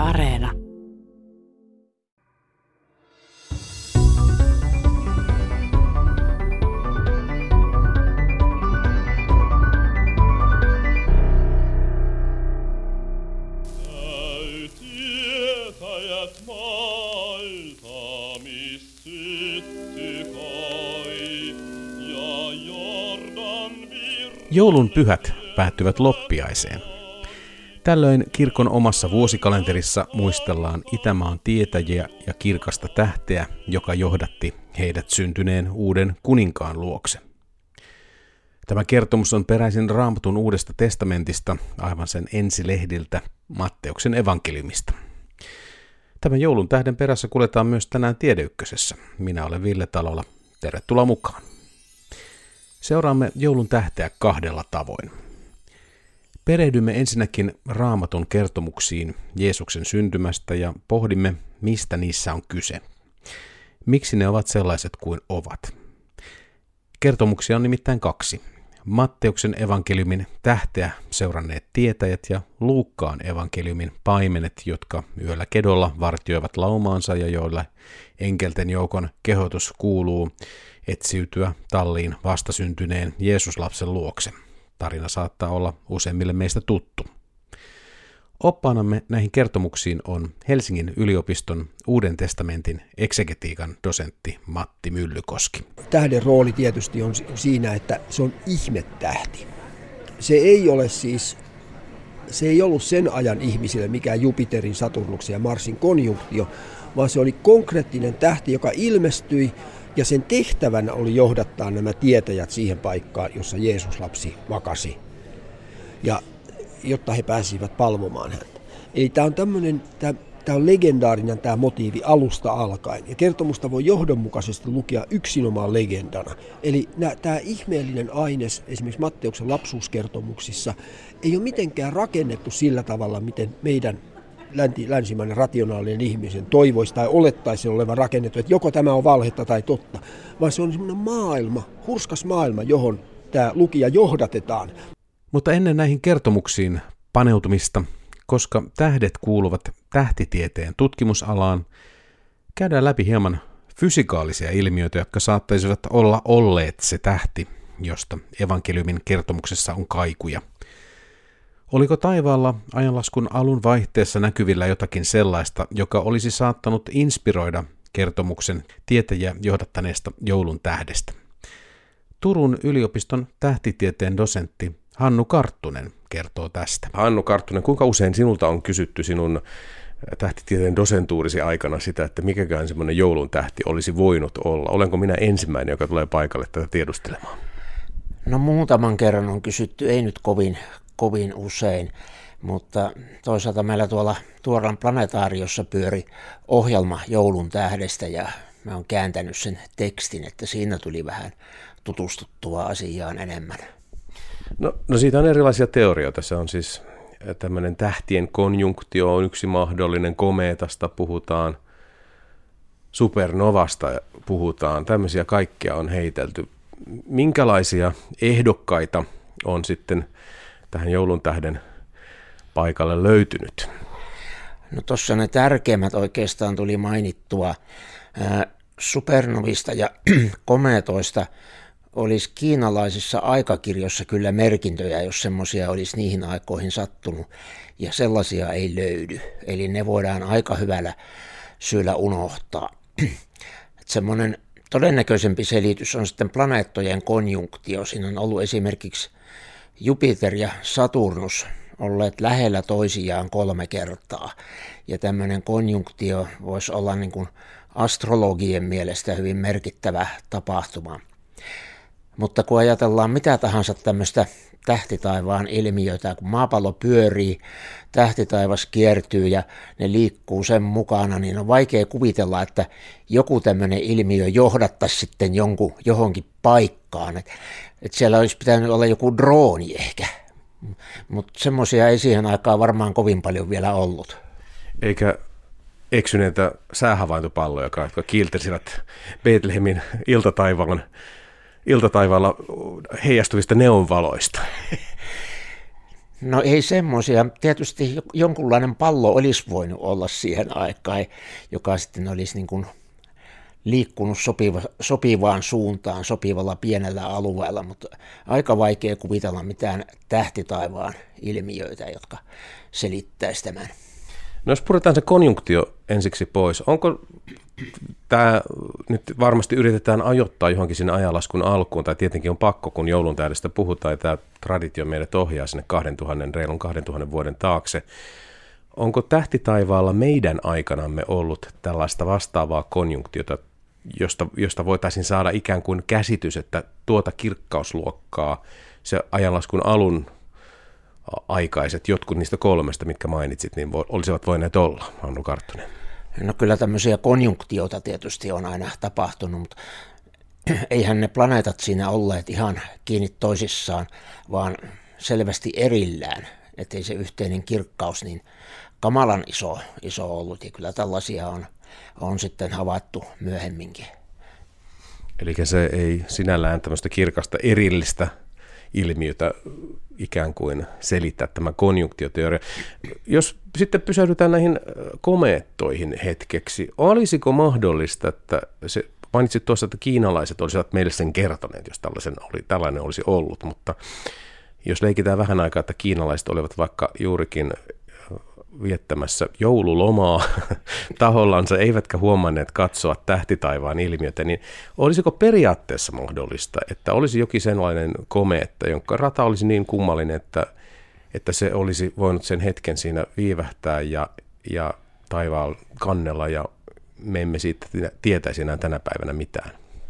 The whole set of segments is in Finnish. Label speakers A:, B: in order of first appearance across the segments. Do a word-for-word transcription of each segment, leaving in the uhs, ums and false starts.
A: Areena.
B: Joulun pyhät päättyvät loppiaiseen. Tällöin kirkon omassa vuosikalenterissa muistellaan Itämaan tietäjiä ja kirkasta tähteä, joka johdatti heidät syntyneen uuden kuninkaan luokse. Tämä kertomus on peräisin Raamatun Uudesta testamentista, aivan sen ensilehdiltä Matteuksen evankeliumista. Tämän joulun tähden perässä kuljetaan myös tänään Tiedeykkösessä. Minä olen Ville Talola. Tervetuloa mukaan. Seuraamme joulun tähteä kahdella tavoin. Perehdymme ensinnäkin Raamatun kertomuksiin Jeesuksen syntymästä ja pohdimme, mistä niissä on kyse. Miksi ne ovat sellaiset kuin ovat. Kertomuksia on nimittäin kaksi. Matteuksen evankeliumin tähteä seuranneet tietäjät ja Luukkaan evankeliumin paimenet, jotka yöllä kedolla vartioivat laumaansa ja joille enkelten joukon kehotus kuuluu etsiytyä talliin vastasyntyneen Jeesuslapsen luokse. Tarina saattaa olla useimmille meistä tuttu. Oppaanamme näihin kertomuksiin on Helsingin yliopiston Uuden testamentin eksegetiikan dosentti Matti Myllykoski.
C: Tähden rooli tietysti on siinä, että se on ihmetähti. Se ei ole siis, se ei ollut sen ajan ihmisille mikään Jupiterin, Saturnuksen ja Marsin konjunktio, vaan se oli konkreettinen tähti, joka ilmestyi ja sen tehtävänä oli johdattaa nämä tietäjät siihen paikkaan, jossa Jeesus-lapsi makasi, ja jotta he pääsivät palvomaan häntä. Eli tämä on tämmöinen, tämä, tämä on legendaarinen tämä motiivi alusta alkaen, ja kertomusta voi johdonmukaisesti lukea yksinomaan legendana. Eli nämä, tämä ihmeellinen aines esimerkiksi Matteuksen lapsuuskertomuksissa ei ole mitenkään rakennettu sillä tavalla, miten meidän länsimainen rationaalinen ihmisen toivoisi tai olettaisi olevan rakennettu, että joko tämä on valhetta tai totta, vaan se on semmoinen maailma, hurskas maailma, johon tämä lukija johdatetaan.
B: Mutta ennen näihin kertomuksiin paneutumista, koska tähdet kuuluvat tähtitieteen tutkimusalaan, käydään läpi hieman fysikaalisia ilmiöitä, jotka saattaisivat olla olleet se tähti, josta evankeliumin kertomuksessa on kaikuja. Oliko taivaalla ajanlaskun alun vaihteessa näkyvillä jotakin sellaista, joka olisi saattanut inspiroida kertomuksen tietäjiä johdattaneesta joulun tähdestä? Turun yliopiston tähtitieteen dosentti Hannu Karttunen kertoo tästä.
D: Hannu Karttunen, kuinka usein sinulta on kysytty sinun tähtitieteen dosentuurisi aikana sitä, että mikäkään semmoinen joulun tähti olisi voinut olla? Olenko minä ensimmäinen, joka tulee paikalle tätä tiedustelemaan?
E: No muutaman kerran on kysytty, ei nyt kovin, kovin usein, mutta toisaalta meillä tuolla Tuoran planetaariossa pyöri ohjelma joulun tähdestä ja mä oon kääntänyt sen tekstin, että siinä tuli vähän tutustuttua asiaan enemmän.
D: No, no siitä on erilaisia teorioita. Se on siis tämmöinen tähtien konjunktio on yksi mahdollinen, komeetasta puhutaan, supernovasta puhutaan, tämmöisiä kaikkia on heitelty. Minkälaisia ehdokkaita on sitten tähän joulun tähden paikalle löytynyt?
E: No tuossa ne tärkeimmät oikeastaan tuli mainittua. Supernovista ja komeetoista olisi kiinalaisissa aikakirjoissa kyllä merkintöjä, jos semmoisia olisi niihin aikoihin sattunut, ja sellaisia ei löydy. Eli ne voidaan aika hyvällä syyllä unohtaa. Semmoinen todennäköisempi selitys on sitten planeettojen konjunktio. Siinä on ollut esimerkiksi Jupiter ja Saturnus olleet lähellä toisiaan kolme kertaa. Ja tämmöinen konjunktio voisi olla niin kuin astrologien mielestä hyvin merkittävä tapahtuma. Mutta kun ajatellaan mitä tahansa tämmöistä tähtitaivaan ilmiötä, kun maapallo pyörii, tähtitaivas kiertyy ja ne liikkuu sen mukana, niin on vaikea kuvitella, että joku tämmöinen ilmiö johdattaisi sitten jonkun, johonkin paikkaan. Että et siellä olisi pitänyt olla joku drooni ehkä, mutta semmoisia ei siihen aikaan varmaan kovin paljon vielä ollut.
D: Eikä eksyneitä säähavaintopalloja, jotka kiiltersivät Betlehemin iltataivaan iltataivaalla heijastuvista neonvaloista.
E: No ei semmoisia. Tietysti jonkunlainen pallo olisi voinut olla siihen aikaan, joka sitten olisi niin kuin liikkunut sopiva, sopivaan suuntaan sopivalla pienellä alueella, mutta aika vaikea kuvitella mitään tähtitaivaan ilmiöitä, jotka selittäisi tämän.
D: No jos puretaan se konjunktio ensiksi pois, onko tämä, nyt varmasti yritetään ajoittaa johonkin sinne ajanlaskun alkuun, tai tietenkin on pakko, kun joulun tähdestä puhutaan, ja tämä traditio meidät ohjaa sinne kahdentuhannen, reilun kahdentuhannen vuoden taakse. Onko tähtitaivaalla meidän aikanamme ollut tällaista vastaavaa konjunktiota, josta, josta voitaisiin saada ikään kuin käsitys, että tuota kirkkausluokkaa, se ajanlaskun alun aikaiset, jotkut niistä kolmesta, mitkä mainitsit, niin vo, olisivat voineet olla, Hannu Karttunen?
E: No kyllä tämmöisiä konjunktioita tietysti on aina tapahtunut, mutta eihän ne planeetat siinä olleet ihan kiinni toisissaan, vaan selvästi erillään, ettei se yhteinen kirkkaus niin kamalan iso, iso ollut, ja kyllä tällaisia on, on sitten havaittu myöhemminkin.
D: Eli se ei sinällään tämmöistä kirkasta erillistä ilmiötä ikään kuin selittää tämä konjunktioteoria. Jos sitten pysähdytään näihin komeettoihin hetkeksi, olisiko mahdollista, että se, mainitsit tuossa, että kiinalaiset olisivat meille sen kertoneet, jos tällaisen oli, tällainen olisi ollut, mutta jos leikitään vähän aikaa, että kiinalaiset olivat vaikka juurikin viettämässä joululomaa tahollansa, eivätkä huomanneet katsoa tähtitaivaan ilmiötä, niin olisiko periaatteessa mahdollista, että olisi jokin sellainen komeetta, jonka rata olisi niin kummallinen, että, että se olisi voinut sen hetken siinä viivähtää ja, ja taivaan kannella, ja me emme siitä tietäisi enää tänä päivänä mitään?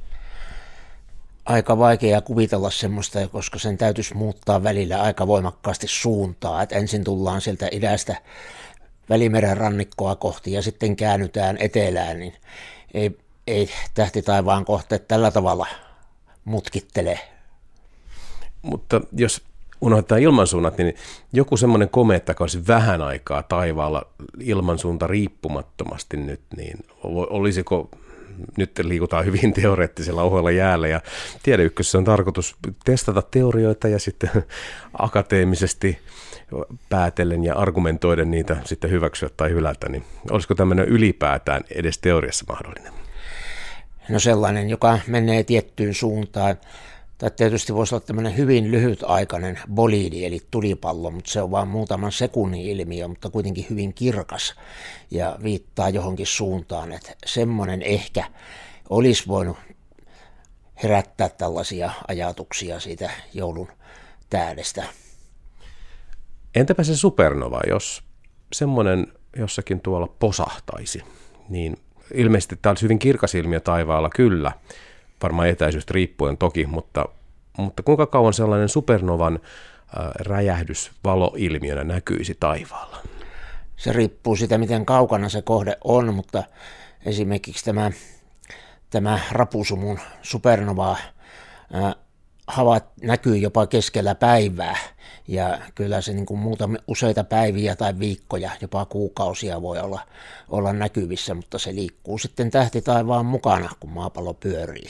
E: Aika vaikea kuvitella semmoista, koska sen täytyisi muuttaa välillä aika voimakkaasti suuntaa. Et ensin tullaan sieltä idästä Välimeren rannikkoa kohti ja sitten käännytään etelään, niin ei, ei tähtitaivaan kohteet tällä tavalla mutkittele.
D: Mutta jos unohdetaan ilmansuunnat, niin joku semmoinen komeetta, joka olisi vähän aikaa taivaalla ilmansuunta riippumattomasti nyt, niin olisiko... Nyt liikutaan hyvin teoreettisella ohoilla jäällä, ja Tiedeykkösessä on tarkoitus testata teorioita ja sitten akateemisesti päätellen ja argumentoiden niitä sitten hyväksyä tai hylätä, niin olisiko tämmöinen ylipäätään edes teoriassa mahdollinen?
E: No sellainen, joka menee tiettyyn suuntaan. Tai tietysti voisi olla tämmöinen hyvin lyhytaikainen boliidi, eli tulipallo, mutta se on vain muutaman sekunnin ilmiö, mutta kuitenkin hyvin kirkas ja viittaa johonkin suuntaan, että semmoinen ehkä olisi voinut herättää tällaisia ajatuksia siitä joulun tähdestä.
D: Entäpä se supernova, jos semmoinen jossakin tuolla posahtaisi, niin ilmeisesti tämä olisi hyvin kirkas ilmiö taivaalla, kyllä. Varmaan etäisyystä riippuen toki, mutta, mutta kuinka kauan sellainen supernovan äh, räjähdys valoilmiönä näkyisi taivaalla?
E: Se riippuu siitä, miten kaukana se kohde on, mutta esimerkiksi tämä, tämä rapusumun supernova äh, havaat, näkyy jopa keskellä päivää, ja kyllä se niin kuin muutamia useita päiviä tai viikkoja, jopa kuukausia voi olla, olla näkyvissä, mutta se liikkuu sitten tähtitaivaan mukana, kun maapallo pyörii.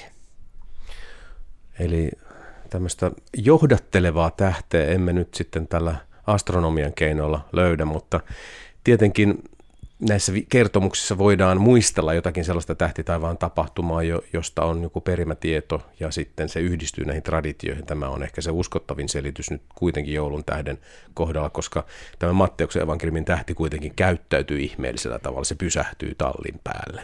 D: Eli tämmöistä johdattelevaa tähteä emme nyt sitten tällä astronomian keinoilla löydä, mutta tietenkin näissä kertomuksissa voidaan muistella jotakin sellaista tähtitaivaan tapahtumaa, josta on joku perimätieto, ja sitten se yhdistyy näihin traditioihin. Tämä on ehkä se uskottavin selitys nyt kuitenkin joulun tähden kohdalla, koska tämä Matteuksen evankeliumin tähti kuitenkin käyttäytyy ihmeellisellä tavalla, se pysähtyy tallin päälle.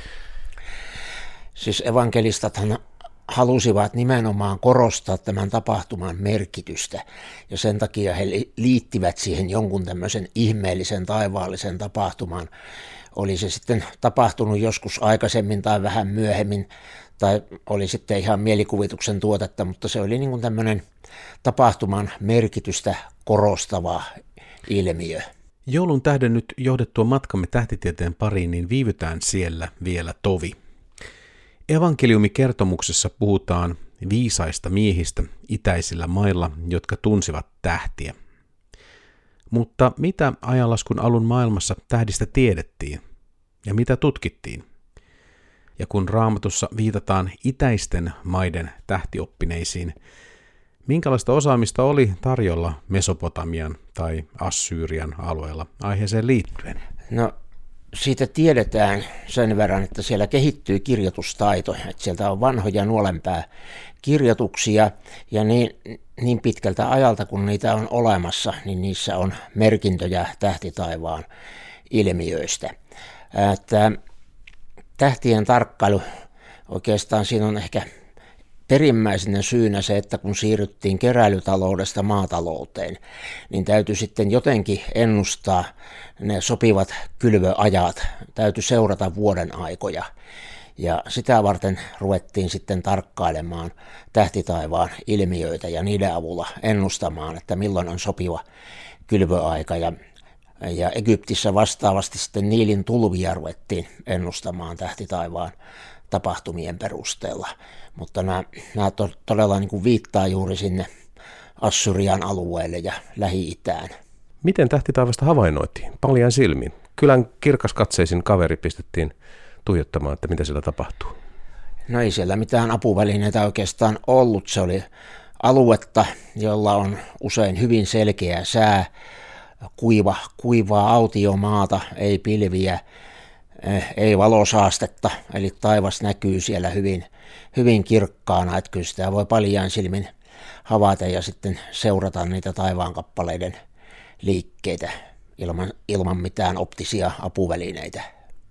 E: Siis evankelistathan halusivat nimenomaan korostaa tämän tapahtuman merkitystä, ja sen takia he liittivät siihen jonkun tämmöisen ihmeellisen taivaallisen tapahtuman. Oli se sitten tapahtunut joskus aikaisemmin tai vähän myöhemmin, tai oli sitten ihan mielikuvituksen tuotetta, mutta se oli niin kuin tämmöinen tapahtuman merkitystä korostava ilmiö.
B: Joulun tähden nyt johdettua matkamme tähtitieteen pariin, niin viivytään siellä vielä tovi. Evankeliumikertomuksessa puhutaan viisaista miehistä itäisillä mailla, jotka tunsivat tähtiä. Mutta mitä ajanlaskun alun maailmassa tähdistä tiedettiin ja mitä tutkittiin? Ja kun Raamatussa viitataan itäisten maiden tähtioppineisiin, Minkälaista osaamista oli tarjolla Mesopotamian tai Assyrian alueella aiheeseen liittyen?
E: No siitä tiedetään sen verran, että siellä kehittyy kirjoitustaito, että sieltä on vanhoja nuolenpää kirjoituksia ja niin, niin pitkältä ajalta kun niitä on olemassa, niin niissä on merkintöjä tähtitaivaan ilmiöistä. Että tähtien tarkkailu, oikeastaan siinä on ehkä perimmäisenä syynä se, että kun siirryttiin keräilytaloudesta maatalouteen, niin täytyy sitten jotenkin ennustaa ne sopivat kylvöajat, täytyy seurata vuoden aikoja. Ja sitä varten ruvettiin sitten tarkkailemaan tähtitaivaan ilmiöitä ja niiden avulla ennustamaan, että milloin on sopiva kylvöaika. Ja, ja Egyptissä vastaavasti sitten Niilin tulvia ruvettiin ennustamaan tähtitaivaan tapahtumien perusteella. Mutta nämä, nämä to, todella niin kuin viittaa juuri sinne Assyrian alueelle ja Lähi-Itään.
D: Miten tähtitaivasta havainnoitiin? Paljain silmin. Kylän kirkaskatseisin kaveri pistettiin tuijottamaan, että mitä siellä tapahtuu.
E: No ei siellä mitään apuvälineitä oikeastaan ollut. Se oli aluetta, jolla on usein hyvin selkeä sää, kuiva, kuivaa autiomaata, ei pilviä, ei valosaastetta, eli taivas näkyy siellä hyvin, hyvin kirkkaana, että kyllä sitä voi paljain silmin havaita ja sitten seurata niitä taivaankappaleiden liikkeitä ilman, ilman mitään optisia apuvälineitä.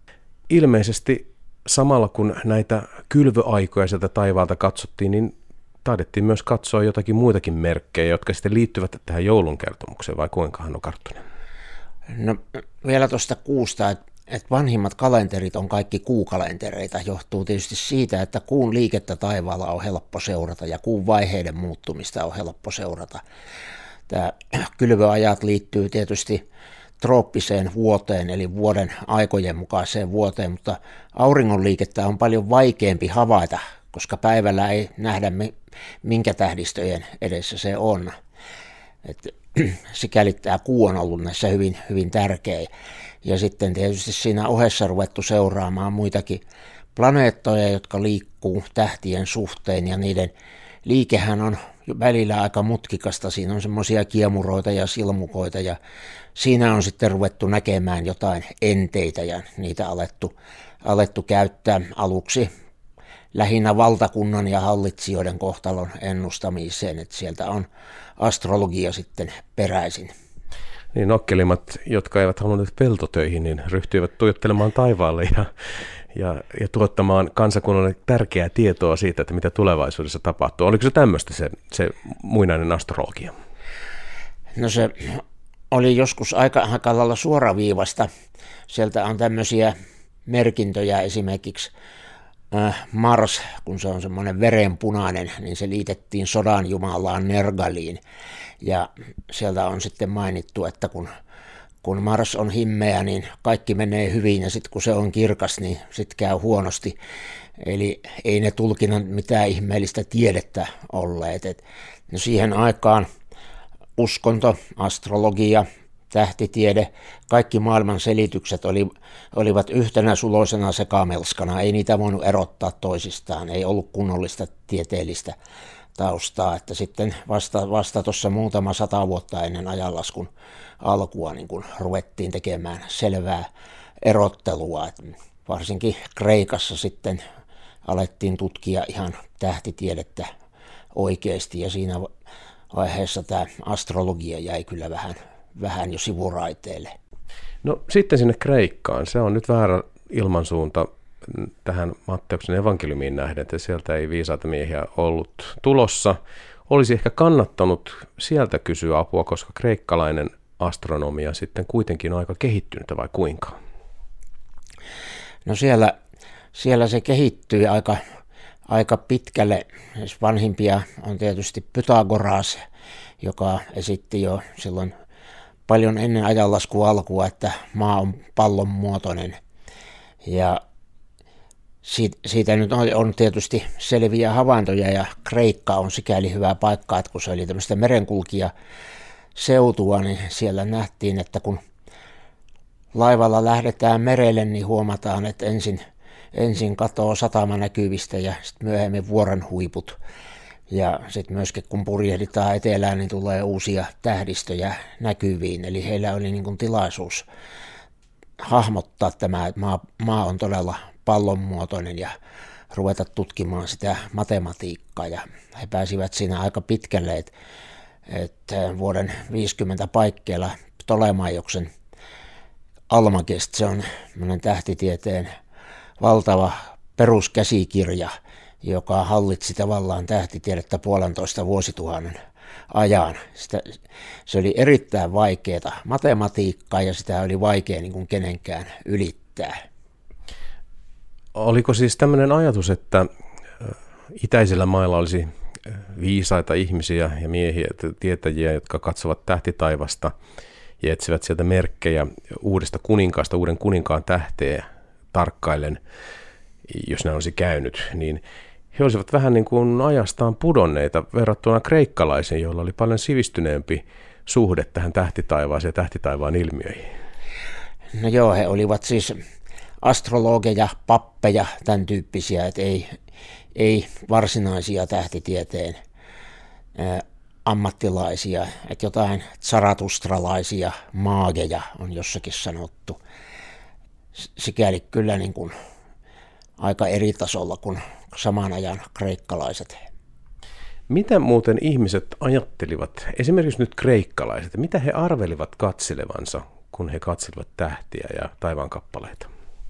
D: Ilmeisesti samalla kun näitä kylvöaikoja sieltä taivaalta katsottiin, niin taidettiin myös katsoa jotakin muitakin merkkejä, jotka sitten liittyvät tähän joulun kertomukseen, vai kuinka Hannu Karttunen?
E: No vielä tuosta kuusta, että että vanhimmat kalenterit on kaikki kuukalentereita, johtuu tietysti siitä, että kuun liikettä taivaalla on helppo seurata ja kuun vaiheiden muuttumista on helppo seurata. Tämä kylvöajat liittyy tietysti trooppiseen vuoteen, eli vuoden aikojen mukaiseen vuoteen, mutta auringon liikettä on paljon vaikeampi havaita, koska päivällä ei nähdä minkä tähdistöjen edessä se on. Et, sikäli tämä kuu on ollut näissä hyvin, hyvin tärkeä. Ja sitten tietysti siinä ohessa ruvettu seuraamaan muitakin planeettoja, jotka liikkuu tähtien suhteen, ja niiden liikehän on välillä aika mutkikasta. Siinä on semmoisia kiemuroita ja silmukoita, ja siinä on sitten ruvettu näkemään jotain enteitä, ja niitä alettu, alettu käyttää aluksi lähinnä valtakunnan ja hallitsijoiden kohtalon ennustamiseen, että sieltä on astrologia sitten peräisin.
D: Niin nokkelimmat, jotka eivät halunneet peltotöihin, niin ryhtyivät tuijottelemaan taivaalle ja, ja, ja tuottamaan kansakunnalle tärkeää tietoa siitä, että mitä tulevaisuudessa tapahtuu. Oliko se tämmöistä se, se muinainen astrologia?
E: No se oli joskus aika, aika lailla suoraviivasta. Sieltä on tämmöisiä merkintöjä esimerkiksi Mars, kun se on semmoinen verenpunainen, niin se liitettiin sodan jumalaan Nergaliin. Ja sieltä on sitten mainittu, että kun, kun Mars on himmeä, niin kaikki menee hyvin, ja sitten kun se on kirkas, niin sitten käy huonosti. Eli ei ne tulkinnan mitään ihmeellistä tiedettä olleet. Et, no siihen aikaan uskonto, astrologia, tähtitiede, kaikki maailman selitykset oli, olivat yhtenä suloisena sekamelskana. Ei niitä voinut erottaa toisistaan, ei ollut kunnollista tieteellistä taustaa. Että sitten vasta, vasta tuossa muutama sata vuotta ennen ajanlaskun alkua niin kun ruvettiin tekemään selvää erottelua. Et varsinkin Kreikassa sitten alettiin tutkia ihan tähtitiedettä oikeasti, ja siinä vaiheessa tämä astrologia jäi kyllä vähän vähän jo sivuraiteille.
D: No sitten sinne Kreikkaan. Se on nyt väärä ilmansuunta tähän Matteuksen evankeliumiin nähden, että sieltä ei viisaita miehiä ollut tulossa. Olisi ehkä kannattanut sieltä kysyä apua, koska kreikkalainen astronomia sitten kuitenkin on aika kehittynyt, vai kuinka?
E: No siellä, siellä se kehittyy aika, aika pitkälle. Vanhimpia on tietysti Pythagoras, joka esitti jo silloin paljon ennen ajanlaskun alkua, että maa on pallon muotoinen. Ja siitä, siitä nyt on, on tietysti selviä havaintoja, ja Kreikka on sikäli hyvä paikka, että kun se oli tämmöistä merenkulkijaseutua, niin siellä nähtiin, että kun laivalla lähdetään merelle, niin huomataan, että ensin, ensin katoo satama näkyvistä ja sitten myöhemmin vuoren huiput. Ja sitten myöskin kun purjehditaan etelään, niin tulee uusia tähdistöjä näkyviin. Eli heillä oli niin kuin tilaisuus hahmottaa tämä, että maa, maa on todella pallonmuotoinen ja ruveta tutkimaan sitä matematiikkaa. Ja he pääsivät siinä aika pitkälle, että, että vuoden viisikymmentä paikkeilla Ptolemaioksen Almagest, se on tähtitieteen valtava peruskäsikirja, joka hallitsi tavallaan tähtitiedettä puolentoista vuosituhannen ajan. Sitä, se oli erittäin vaikeaa matematiikkaa ja sitä oli vaikea niin kuin kenenkään ylittää.
D: Oliko siis tämmöinen ajatus, että itäisillä mailla olisi viisaita ihmisiä ja miehiä, tietäjiä, jotka katsovat tähtitaivasta ja etsivät sieltä merkkejä uudesta kuninkaasta, uuden kuninkaan tähteä tarkkaillen, jos ne olisi käynyt, niin he olisivat vähän niin kuin ajastaan pudonneita verrattuna kreikkalaisiin, joilla oli paljon sivistyneempi suhde tähän tähtitaivaaseen ja tähtitaivaan ilmiöihin.
E: No joo, he olivat siis astrologeja, pappeja, tämän tyyppisiä, että ei, ei varsinaisia tähtitieteen ä, ammattilaisia, että jotain zaratustralaisia maageja on jossakin sanottu. Sikäli kyllä niin kuin aika eri tasolla kuin saman ajan kreikkalaiset.
D: Mitä muuten ihmiset ajattelivat, esimerkiksi nyt kreikkalaiset, mitä he arvelivat katselevansa, kun he katselivat tähtiä ja taivaankappaleita?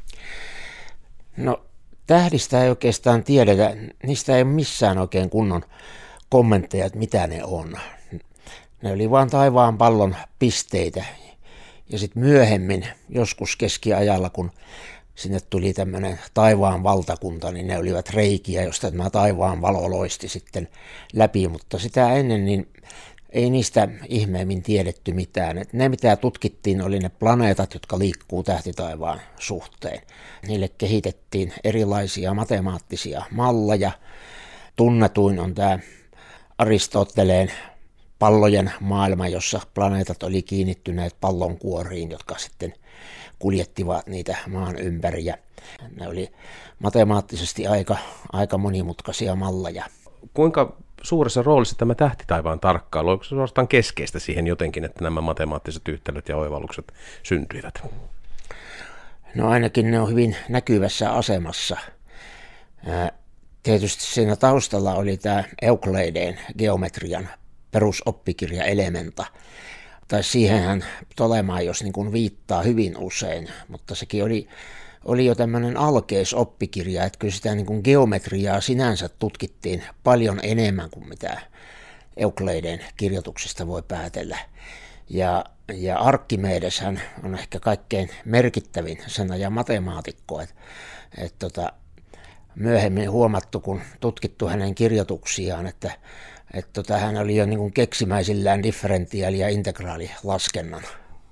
E: No tähdistä ei oikeastaan tiedetä, niistä ei ole missään oikein kunnon kommentteja, että mitä ne on. Ne oli vain taivaan pallon pisteitä. Ja sitten myöhemmin, joskus keskiajalla, kun sinne tuli tämmöinen taivaan valtakunta, niin ne olivat reikiä, josta tämä taivaan valo loisti sitten läpi, mutta sitä ennen niin ei niistä ihmeemmin tiedetty mitään. Et ne, mitä tutkittiin, oli ne planeetat, jotka liikkuu tähtitaivaan suhteen. Niille kehitettiin erilaisia matemaattisia malleja. Tunnetuin on tämä Aristoteleen pallojen maailma, jossa planeetat oli kiinnittyneet pallonkuoriin, jotka sitten kuljettivat niitä maan ympäri. Ja ne oli matemaattisesti aika, aika monimutkaisia malleja.
D: Kuinka suuressa roolissa tämä tähtitaivaan tarkkailu, onko se suorastaan keskeistä siihen jotenkin, että nämä matemaattiset yhtälöt ja oivallukset syntyivät?
E: No ainakin ne on hyvin näkyvässä asemassa. Tietysti siinä taustalla oli tämä Euclideen geometrian perusoppikirja Elementa. Tai siihenhän Ptolemaios niin kuin viittaa hyvin usein, mutta sekin oli, oli jo tämmöinen alkeisoppikirja, että kyllä sitä niin kuin geometriaa sinänsä tutkittiin paljon enemmän kuin mitä Euclideen kirjoituksista voi päätellä. Ja, ja Arkkimedeshän on ehkä kaikkein merkittävin sen ajan matemaatikko, että et tota, myöhemmin huomattu, kun tutkittu hänen kirjoituksiaan, että että tota, hän oli jo niin kuin keksimäisillään differentiaali- ja integraalilaskennan.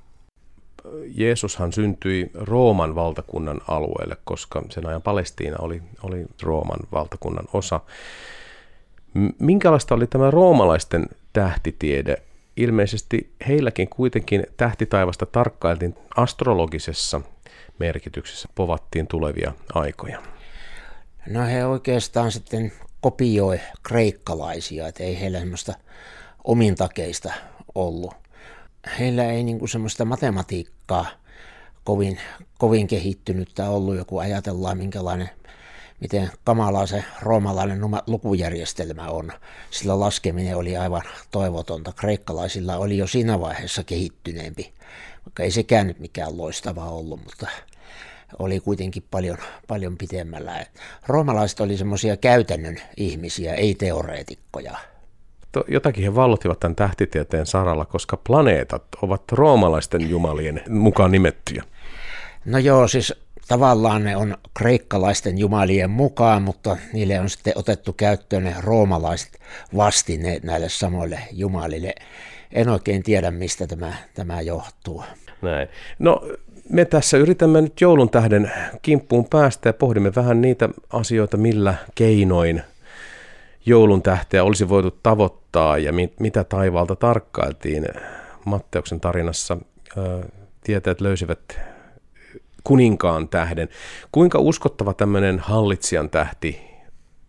D: Jeesushan syntyi Rooman valtakunnan alueelle, koska sen ajan Palestiina oli, oli Rooman valtakunnan osa. Minkälaista oli tämä roomalaisten tähtitiede? Ilmeisesti heilläkin kuitenkin tähtitaivasta tarkkailtiin astrologisessa merkityksessä, povattiin tulevia aikoja.
E: No he oikeastaan sitten kopioi kreikkalaisia, että ei heillä semmoista omintakeista ollut. Heillä ei niinku semmoista matematiikkaa kovin, kovin kehittynyttä ollut, joku ajatellaan minkälainen, miten kamalaa se roomalainen lukujärjestelmä on. Sillä laskeminen oli aivan toivotonta. Kreikkalaisilla oli jo siinä vaiheessa kehittyneempi, vaikka ei sekään nyt mikään loistava ollut, mutta oli kuitenkin paljon, paljon pitemmällä. Roomalaiset oli semmoisia käytännön ihmisiä, ei teoreetikkoja.
D: Jotakin he vallottivat tämän tähtitieteen saralla, koska planeetat ovat roomalaisten jumalien mukaan nimettyjä.
E: No joo, siis tavallaan ne on kreikkalaisten jumalien mukaan, mutta niille on sitten otettu käyttöön ne roomalaiset vastineet näille samoille jumalille. En oikein tiedä, mistä tämä, tämä johtuu.
D: Näin. No me tässä yritämme nyt joulun tähden kimppuun päästä ja pohdimme vähän niitä asioita, millä keinoin joulun tähteä olisi voitu tavoittaa ja mit, mitä taivaalta tarkkailtiin. Matteuksen tarinassa ää, tietäjät löysivät kuninkaan tähden. Kuinka uskottava tämmöinen hallitsijan tähti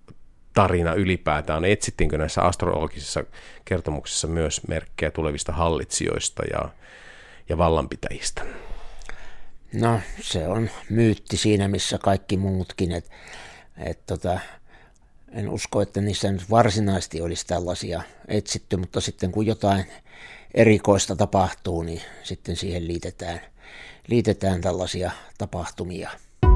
D: tarina ylipäätään? Etsittiinkö näissä astrologisissa kertomuksissa myös merkkejä tulevista hallitsijoista ja, ja vallanpitäjistä?
E: No se on myytti siinä, missä kaikki muutkin. Et, et tota, en usko, että niissä nyt varsinaisesti olisi tällaisia etsitty, mutta sitten kun jotain erikoista tapahtuu, niin sitten siihen liitetään, liitetään tällaisia tapahtumia.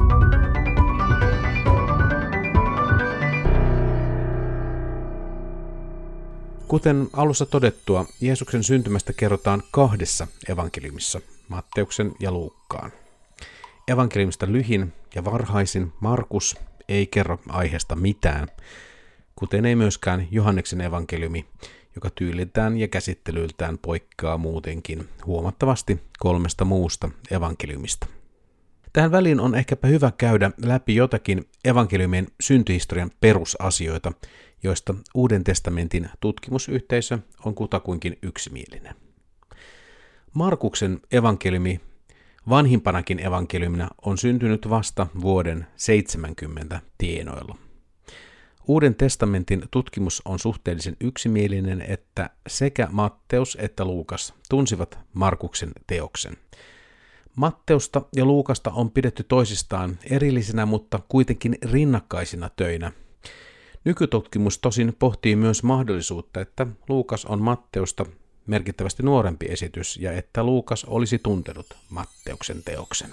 B: Kuten alussa todettua, Jeesuksen syntymästä kerrotaan kahdessa evankeliumissa, Matteuksen ja Luukkaan. Evankeliumista lyhin ja varhaisin Markus ei kerro aiheesta mitään, kuten ei myöskään Johanneksen evankeliumi, joka tyyliltään ja käsittelyltään poikkeaa muutenkin huomattavasti kolmesta muusta evankeliumista. Tähän väliin on ehkäpä hyvä käydä läpi jotakin evankeliumien syntyhistorian perusasioita, joista Uuden testamentin tutkimusyhteisö on kutakuinkin yksimielinen. Markuksen evankeliumi vanhimpanakin evankeliumina on syntynyt vasta vuoden seitsemänkymmentä tienoilla. Uuden testamentin tutkimus on suhteellisen yksimielinen, että sekä Matteus että Luukas tunsivat Markuksen teoksen. Matteusta ja Luukasta on pidetty toisistaan erillisinä, mutta kuitenkin rinnakkaisina töinä. Nykytutkimus tosin pohtii myös mahdollisuutta, että Luukas on Matteusta merkittävästi nuorempi esitys ja että Luukas olisi tuntenut Matteuksen teoksen.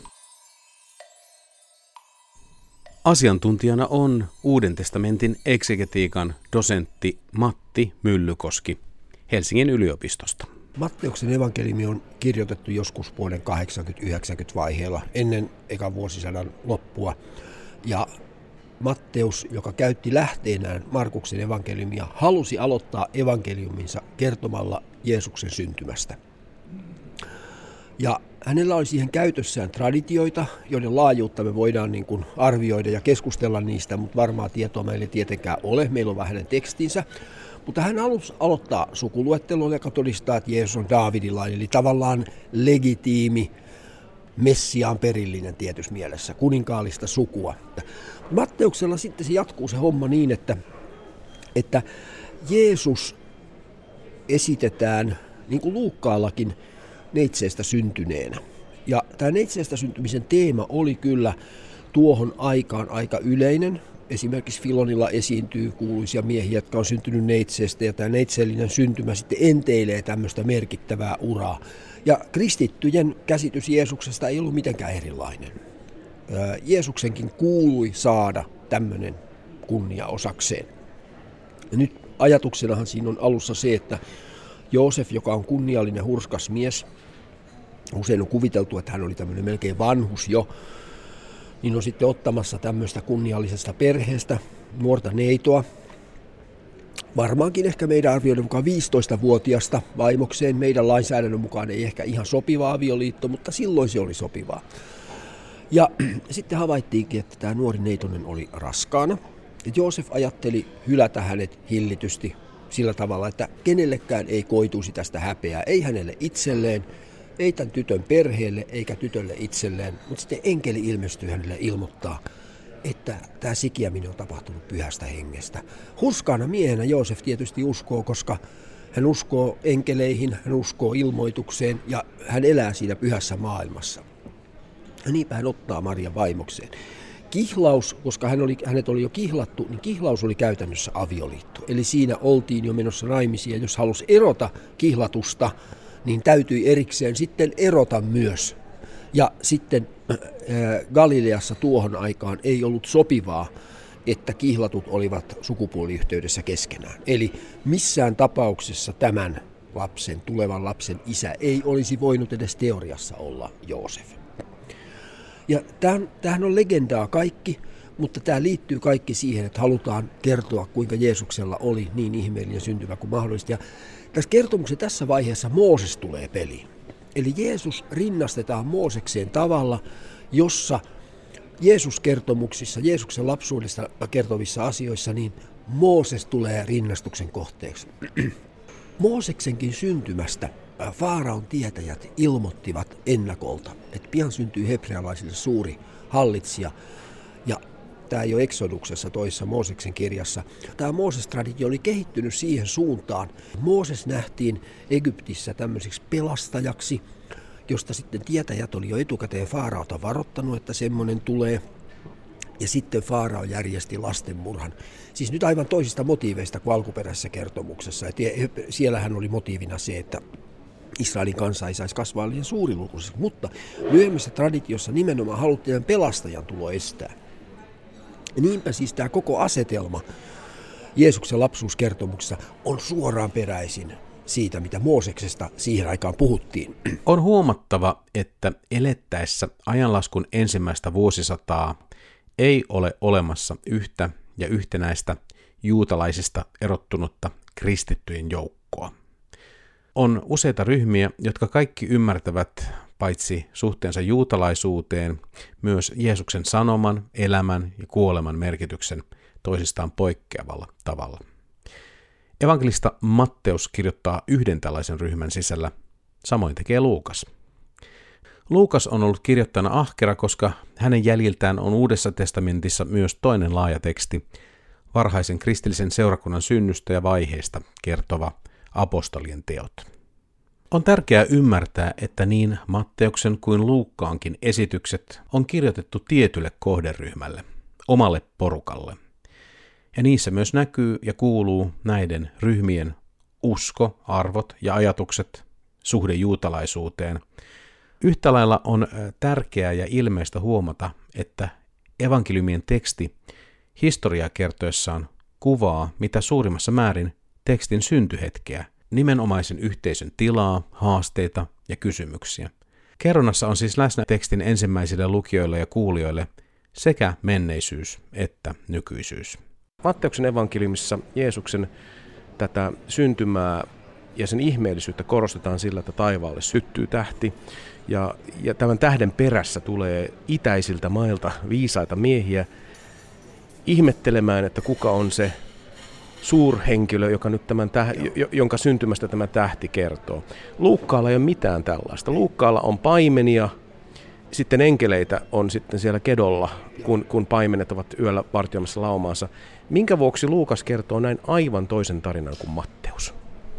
B: Asiantuntijana on Uuden testamentin eksegetiikan dosentti Matti Myllykoski Helsingin yliopistosta.
C: Matteuksen evankeliumi on kirjoitettu joskus vuoden kahdeksankymmentä-yhdeksänkymmentä vaiheella ennen ekan vuosisadan loppua. Ja Matteus, joka käytti lähteenään Markuksen evankeliumia, halusi aloittaa evankeliuminsa kertomalla Jeesuksen syntymästä. Ja hänellä oli siihen käytössään traditioita, joiden laajuutta me voidaan niin kuin arvioida ja keskustella niistä, mutta varmaa tietoa meillä ei tietenkään ole. Meillä on vähän hänen tekstinsä. Mutta hän halusi aloittaa sukuluettelon, joka todistaa, että Jeesus on Daavidilainen, eli tavallaan legitiimi, Messiaan perillinen tietyssä mielessä, kuninkaallista sukua. Matteuksella sitten se jatkuu se homma niin, että, että Jeesus esitetään, niin kuin Luukkaallakin, neitseestä syntyneenä. Ja tämä neitseestä syntymisen teema oli kyllä tuohon aikaan aika yleinen. Esimerkiksi Filonilla esiintyy kuuluisia miehiä, jotka on syntynyt neitseestä, ja tämä neitseellinen syntymä sitten enteilee tämmöistä merkittävää uraa. Ja kristittyjen käsitys Jeesuksesta ei ollut mitenkään erilainen. Jeesuksenkin kuului saada tämmöinen kunnia osakseen. Ja nyt ajatuksenahan siinä on alussa se, että Joosef, joka on kunniallinen hurskas mies, usein on kuviteltu, että hän oli tämmöinen melkein vanhus jo, niin on sitten ottamassa tämmöistä kunniallisesta perheestä nuorta neitoa, varmaankin ehkä meidän arvioiden mukaan viisitoistavuotiasta vaimokseen. Meidän lainsäädännön mukaan ei ehkä ihan sopiva avioliitto, mutta silloin se oli sopivaa. Ja sitten havaittiinkin, että tämä nuori neitonen oli raskaana. Ja Joosef ajatteli hylätä hänet hillitysti sillä tavalla, että kenellekään ei koituisi tästä häpeää. Ei hänelle itselleen, ei tämän tytön perheelle eikä tytölle itselleen. Mutta sitten enkeli ilmestyy hänelle ilmoittaa, että tämä sikiäminen on tapahtunut pyhästä hengestä. Hurskaana miehenä Joosef tietysti uskoo, koska hän uskoo enkeleihin, hän uskoo ilmoitukseen ja hän elää siinä pyhässä maailmassa. Ja niinpä hän ottaa Marian vaimokseen. Kihlaus, koska hän oli, hänet oli jo kihlattu, niin kihlaus oli käytännössä avioliitto. Eli siinä oltiin jo menossa naimisiin, ja jos halusi erota kihlatusta, niin täytyi erikseen sitten erota myös. Ja sitten äh, Galileassa tuohon aikaan ei ollut sopivaa, että kihlatut olivat sukupuoliyhteydessä keskenään. Eli missään tapauksessa tämän lapsen, tulevan lapsen isä ei olisi voinut edes teoriassa olla Joosef. Ja tämähän on legendaa kaikki, mutta tämä liittyy kaikki siihen, että halutaan kertoa, kuinka Jeesuksella oli niin ihmeellinen syntymä kuin mahdollista. Ja tässä kertomuksen tässä vaiheessa Mooses tulee peliin. Eli Jeesus rinnastetaan Moosekseen tavalla, jossa Jeesus-kertomuksissa, Jeesuksen lapsuudesta kertovissa asioissa, niin Mooses tulee rinnastuksen kohteeksi. Mooseksenkin syntymästä Faaraon tietäjät ilmoittivat ennakolta, että pian syntyy hebrealaisille suuri hallitsija. Ja tämä ei ole Exoduksessa toisessa Mooseksen kirjassa. Tämä Mooses-traditio oli kehittynyt siihen suuntaan. Mooses nähtiin Egyptissä tämmöiseksi pelastajaksi, josta sitten tietäjät oli jo etukäteen Faaraota varoittanut, että semmoinen tulee. Ja sitten Faarao järjesti lastenmurhan. Siis nyt aivan toisista motiiveista kuin alkuperäisessä kertomuksessa. Et siellähän oli motiivina se, että Israelin kansa ei saisi kasvaa liian suurilukuisesti, mutta myöhemmässä traditiossa nimenomaan haluttiin pelastajan tulo estää. Ja niinpä siis tämä koko asetelma Jeesuksen lapsuuskertomuksessa on suoraan peräisin siitä, mitä Mooseksesta siihen aikaan puhuttiin.
B: On huomattava, että elettäessä ajanlaskun ensimmäistä vuosisataa ei ole olemassa yhtä ja yhtenäistä juutalaisista erottunutta kristittyjen joukkoa. On useita ryhmiä, jotka kaikki ymmärtävät paitsi suhteensa juutalaisuuteen, myös Jeesuksen sanoman, elämän ja kuoleman merkityksen toisistaan poikkeavalla tavalla. Evankelista Matteus kirjoittaa yhden tällaisen ryhmän sisällä, samoin tekee Luukas. Luukas on ollut kirjoittajana ahkera, koska hänen jäljiltään on Uudessa testamentissa myös toinen laaja teksti, varhaisen kristillisen seurakunnan synnystä ja vaiheista kertova apostolien teot. On tärkeää ymmärtää, että niin Matteuksen kuin Luukkaankin esitykset on kirjoitettu tietylle kohderyhmälle, omalle porukalle. Ja niissä myös näkyy ja kuuluu näiden ryhmien usko, arvot ja ajatukset, suhde juutalaisuuteen. Yhtä lailla on tärkeää ja ilmeistä huomata, että evankeliumien teksti historiaa kertoessaan kuvaa mitä suurimmassa määrin tekstin syntyhetkeä, nimenomaisen yhteisön tilaa, haasteita ja kysymyksiä. Kerronnassa on siis läsnä tekstin ensimmäisille lukijoille ja kuulijoille sekä menneisyys että nykyisyys.
D: Matteuksen evankeliumissa Jeesuksen tätä syntymää ja sen ihmeellisyyttä korostetaan sillä, että taivaalle syttyy tähti ja, ja tämän tähden perässä tulee itäisiltä mailta viisaita miehiä ihmettelemään, että kuka on se suurhenkilö, joka nyt tämän täh- jonka syntymästä tämä tähti kertoo. Luukkaalla ei ole mitään tällaista. Luukkaalla on paimenia, sitten enkeleitä on sitten siellä kedolla, kun, kun paimenet ovat yöllä vartioimassa laumaansa. Minkä vuoksi Luukas kertoo näin aivan toisen tarinan kuin Matteus?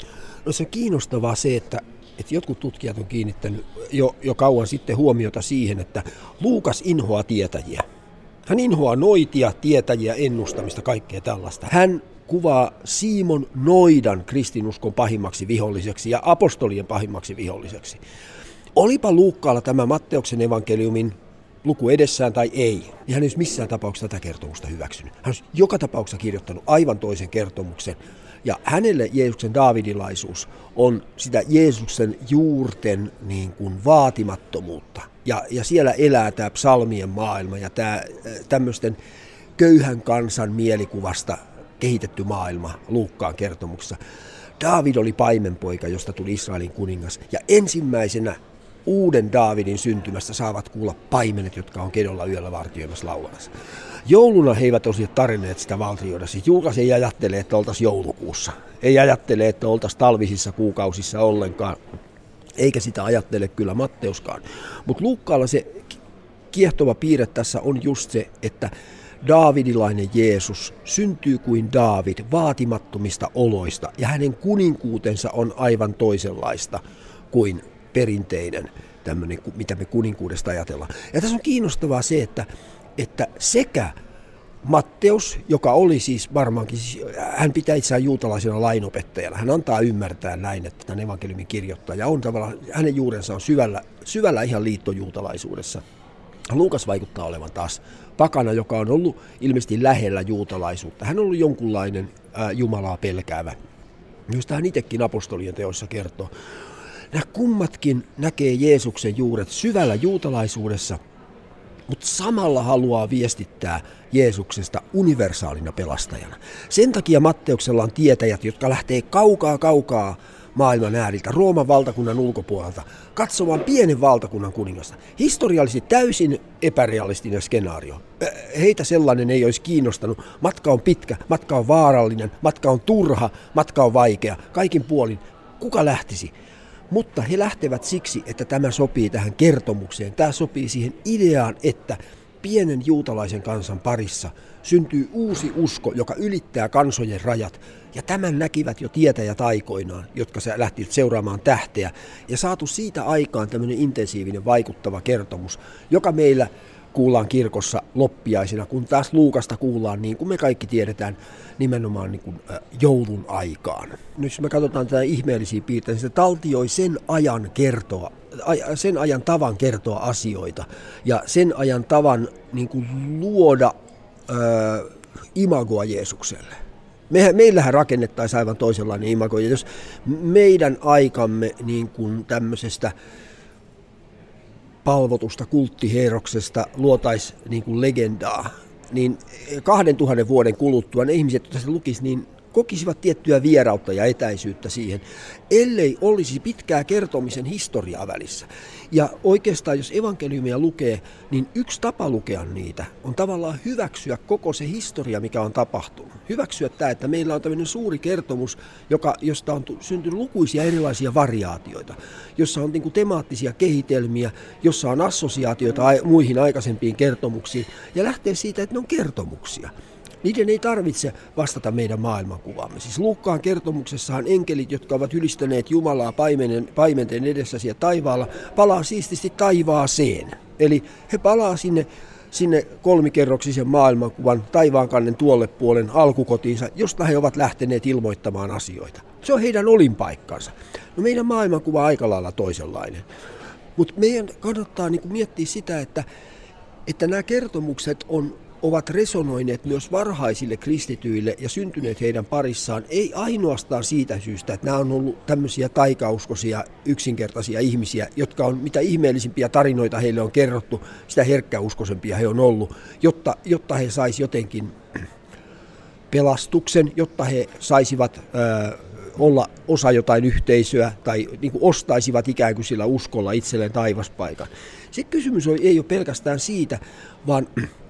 C: No se on kiinnostavaa se, että, että jotkut tutkijat on kiinnittänyt jo, jo kauan sitten huomiota siihen, että Luukas inhoaa tietäjiä. Hän inhoaa noitia, tietäjiä, ennustamista, kaikkea tällaista. Hän kuvaa Simon noidan kristinuskon pahimmaksi viholliseksi ja apostolien pahimmaksi viholliseksi. Olipa Luukkaalla tämä Matteuksen evankeliumin luku edessään tai ei, niin hän ei olisi missään tapauksessa tätä kertomusta hyväksynyt. Hän olisi joka tapauksessa kirjoittanut aivan toisen kertomuksen. Ja hänelle Jeesuksen daavidilaisuus on sitä Jeesuksen juurten niin kuin vaatimattomuutta. Ja, ja siellä elää tämä psalmien maailma ja tämä tämmöisten köyhän kansan mielikuvasta kehitetty maailma Luukkaan kertomuksessa. Daavid oli paimenpoika, josta tuli Israelin kuningas. Ja ensimmäisenä uuden Daavidin syntymästä saavat kuulla paimenet, jotka on kedolla yöllä vartioimassa laulamassa. Jouluna he eivät olisi tarinneet sitä valtioida. Siis Juukas ei ajattele, että oltaisiin joulukuussa. Ei ajattele, että oltaisiin talvisissa kuukausissa ollenkaan. Eikä sitä ajattele kyllä Matteuskaan. Mutta Luukkaalla se kiehtova piirre tässä on just se, että daavidilainen Jeesus syntyy kuin Daavid vaatimattomista oloista ja hänen kuninkuutensa on aivan toisenlaista kuin perinteinen tämmöinen, mitä me kuninkuudesta ajatellaan. Ja tässä on kiinnostavaa se, että, että sekä Matteus, joka oli siis varmaankin, hän pitää itseään juutalaisena lainopettajana, hän antaa ymmärtää näin, että tämän evankeliumin kirjoittaja on tavallaan, hänen juurensa on syvällä, syvällä ihan liittojuutalaisuudessa. Luukas vaikuttaa olevan taas pakana, joka on ollut ilmeisesti lähellä juutalaisuutta. Hän on ollut jonkunlainen ää, Jumalaa pelkäävä, josta hän itsekin apostolien teoissa kertoo. Nämä kummatkin näkee Jeesuksen juuret syvällä juutalaisuudessa, mutta samalla haluaa viestittää Jeesuksesta universaalina pelastajana. Sen takia Matteuksella on tietäjät, jotka lähtee kaukaa kaukaa maailman ääriltä, Rooman valtakunnan ulkopuolelta, katsomaan pienen valtakunnan kuningasta. Historiallisesti täysin epärealistinen skenaario. Heitä sellainen ei olisi kiinnostanut. Matka on pitkä, matka on vaarallinen, matka on turha, matka on vaikea, kaikin puolin. Kuka lähtisi? Mutta he lähtevät siksi, että tämä sopii tähän kertomukseen. Tämä sopii siihen ideaan, että pienen juutalaisen kansan parissa syntyy uusi usko, joka ylittää kansojen rajat. Ja tämän näkivät jo tietäjät aikoinaan, jotka lähtivät seuraamaan tähteä. Ja saatu siitä aikaan tämmöinen intensiivinen, vaikuttava kertomus, joka meillä kuullaan kirkossa loppiaisina, kun taas Luukasta kuullaan, niin kuin me kaikki tiedetään, nimenomaan niin kuin joulun aikaan. Nyt jos me katsotaan tätä ihmeellisiä piirteitä, niin se taltioi sen ajan kertoa, sen ajan tavan kertoa asioita ja sen ajan tavan niin kuin luoda ö, imagoa Jeesukselle. Me, meillähän rakennettaisiin aivan toisenlainen imago, ja jos meidän aikamme niin kuin tämmöisestä palvotusta kulttiheeroksesta luotaisiin niin kuin legendaa, niin kahden tuhannen vuoden kuluttua ne ihmiset, jotka se lukisivat, niin kokisivat tiettyä vierautta ja etäisyyttä siihen, ellei olisi pitkää kertomisen historiaa välissä. Ja oikeastaan, jos evankeliumia lukee, niin yksi tapa lukea niitä on tavallaan hyväksyä koko se historia, mikä on tapahtunut. Hyväksyä tämä, että meillä on tämmöinen suuri kertomus, joka, josta on syntynyt lukuisia erilaisia variaatioita, jossa on niin kuin temaattisia kehitelmiä, jossa on assosiaatioita muihin aikaisempiin kertomuksiin, ja lähtee siitä, että ne on kertomuksia. Niiden ei tarvitse vastata meidän maailmankuvaamme. Siis Luukkaan kertomuksessahan enkelit, jotka ovat ylistäneet Jumalaa paimenen, paimenten edessä siellä taivaalla, palaa siististi taivaaseen. Eli he palaa sinne, sinne kolmikerroksisen maailmankuvan taivaankannen tuolle puolen alkukotiinsa, josta he ovat lähteneet ilmoittamaan asioita. Se on heidän olinpaikkansa. No meidän maailmankuva on aika lailla toisenlainen. Mutta meidän kannattaa niinku miettiä sitä, että, että nämä kertomukset on ovat resonoineet myös varhaisille kristityille ja syntyneet heidän parissaan, ei ainoastaan siitä syystä, että nämä on ollut tämmöisiä taikauskoisia, yksinkertaisia ihmisiä, jotka on mitä ihmeellisimpiä tarinoita heille on kerrottu, sitä herkkäuskoisempia he on ollut, jotta, jotta he saisivat jotenkin pelastuksen, jotta he saisivat ö, olla osa jotain yhteisöä tai niin kuin ostaisivat ikään kuin sillä uskolla itselleen taivaspaikan. Se kysymys ei ole pelkästään siitä, vaan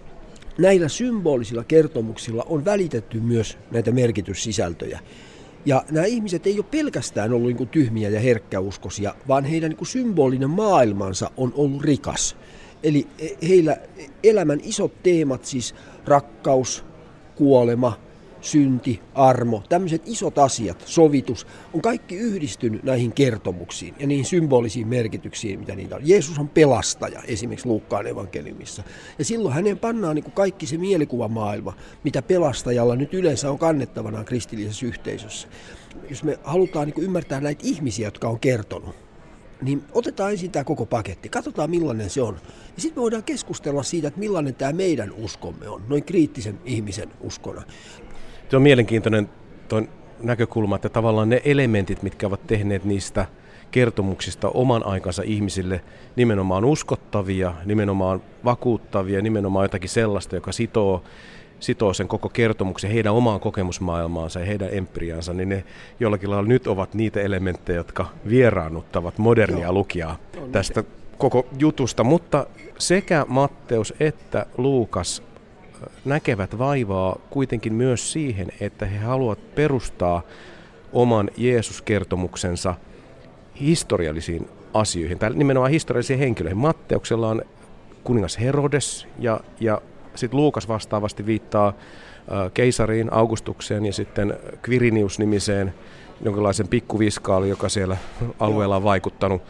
C: näillä symbolisilla kertomuksilla on välitetty myös näitä merkityssisältöjä. Ja nämä ihmiset ei ole pelkästään ollut niin kuin tyhmiä ja herkkäuskoisia, vaan heidän niin kuin symbolinen maailmansa on ollut rikas. Eli heillä elämän isot teemat, siis rakkaus, kuolema, synti, armo, tämmöiset isot asiat, sovitus, on kaikki yhdistynyt näihin kertomuksiin ja niihin symbolisiin merkityksiin, mitä niitä on. Jeesus on pelastaja, esimerkiksi Luukkaan evankeliumissa. Ja silloin hänen pannaan niin kuin kaikki se mielikuvamaailma, mitä pelastajalla nyt yleensä on kannettavanaan kristillisessä yhteisössä. Jos me halutaan niin kuin ymmärtää näitä ihmisiä, jotka on kertonut, niin otetaan ensin tämä koko paketti, katsotaan millainen se on. Ja sitten me voidaan keskustella siitä, että millainen tämä meidän uskomme on, noin kriittisen ihmisen uskona.
D: Se on mielenkiintoinen tuo näkökulma, että tavallaan ne elementit, mitkä ovat tehneet niistä kertomuksista oman aikansa ihmisille nimenomaan uskottavia, nimenomaan vakuuttavia, nimenomaan jotakin sellaista, joka sitoo, sitoo sen koko kertomuksen heidän omaan kokemusmaailmaansa ja heidän empiriaansa, niin ne jollakin lailla nyt ovat niitä elementtejä, jotka vieraannuttavat modernia Joo. lukijaa tästä koko jutusta. Mutta sekä Matteus että Luukas näkevät vaivaa kuitenkin myös siihen, että he haluavat perustaa oman Jeesus-kertomuksensa historiallisiin asioihin, tai nimenomaan historiallisiin henkilöihin. Matteuksella on kuningas Herodes, ja, ja sitten Luukas vastaavasti viittaa äh, keisariin, Augustukseen ja sitten Quirinius-nimiseen jonkinlaisen pikkuviskaali, joka siellä alueella on vaikuttanut.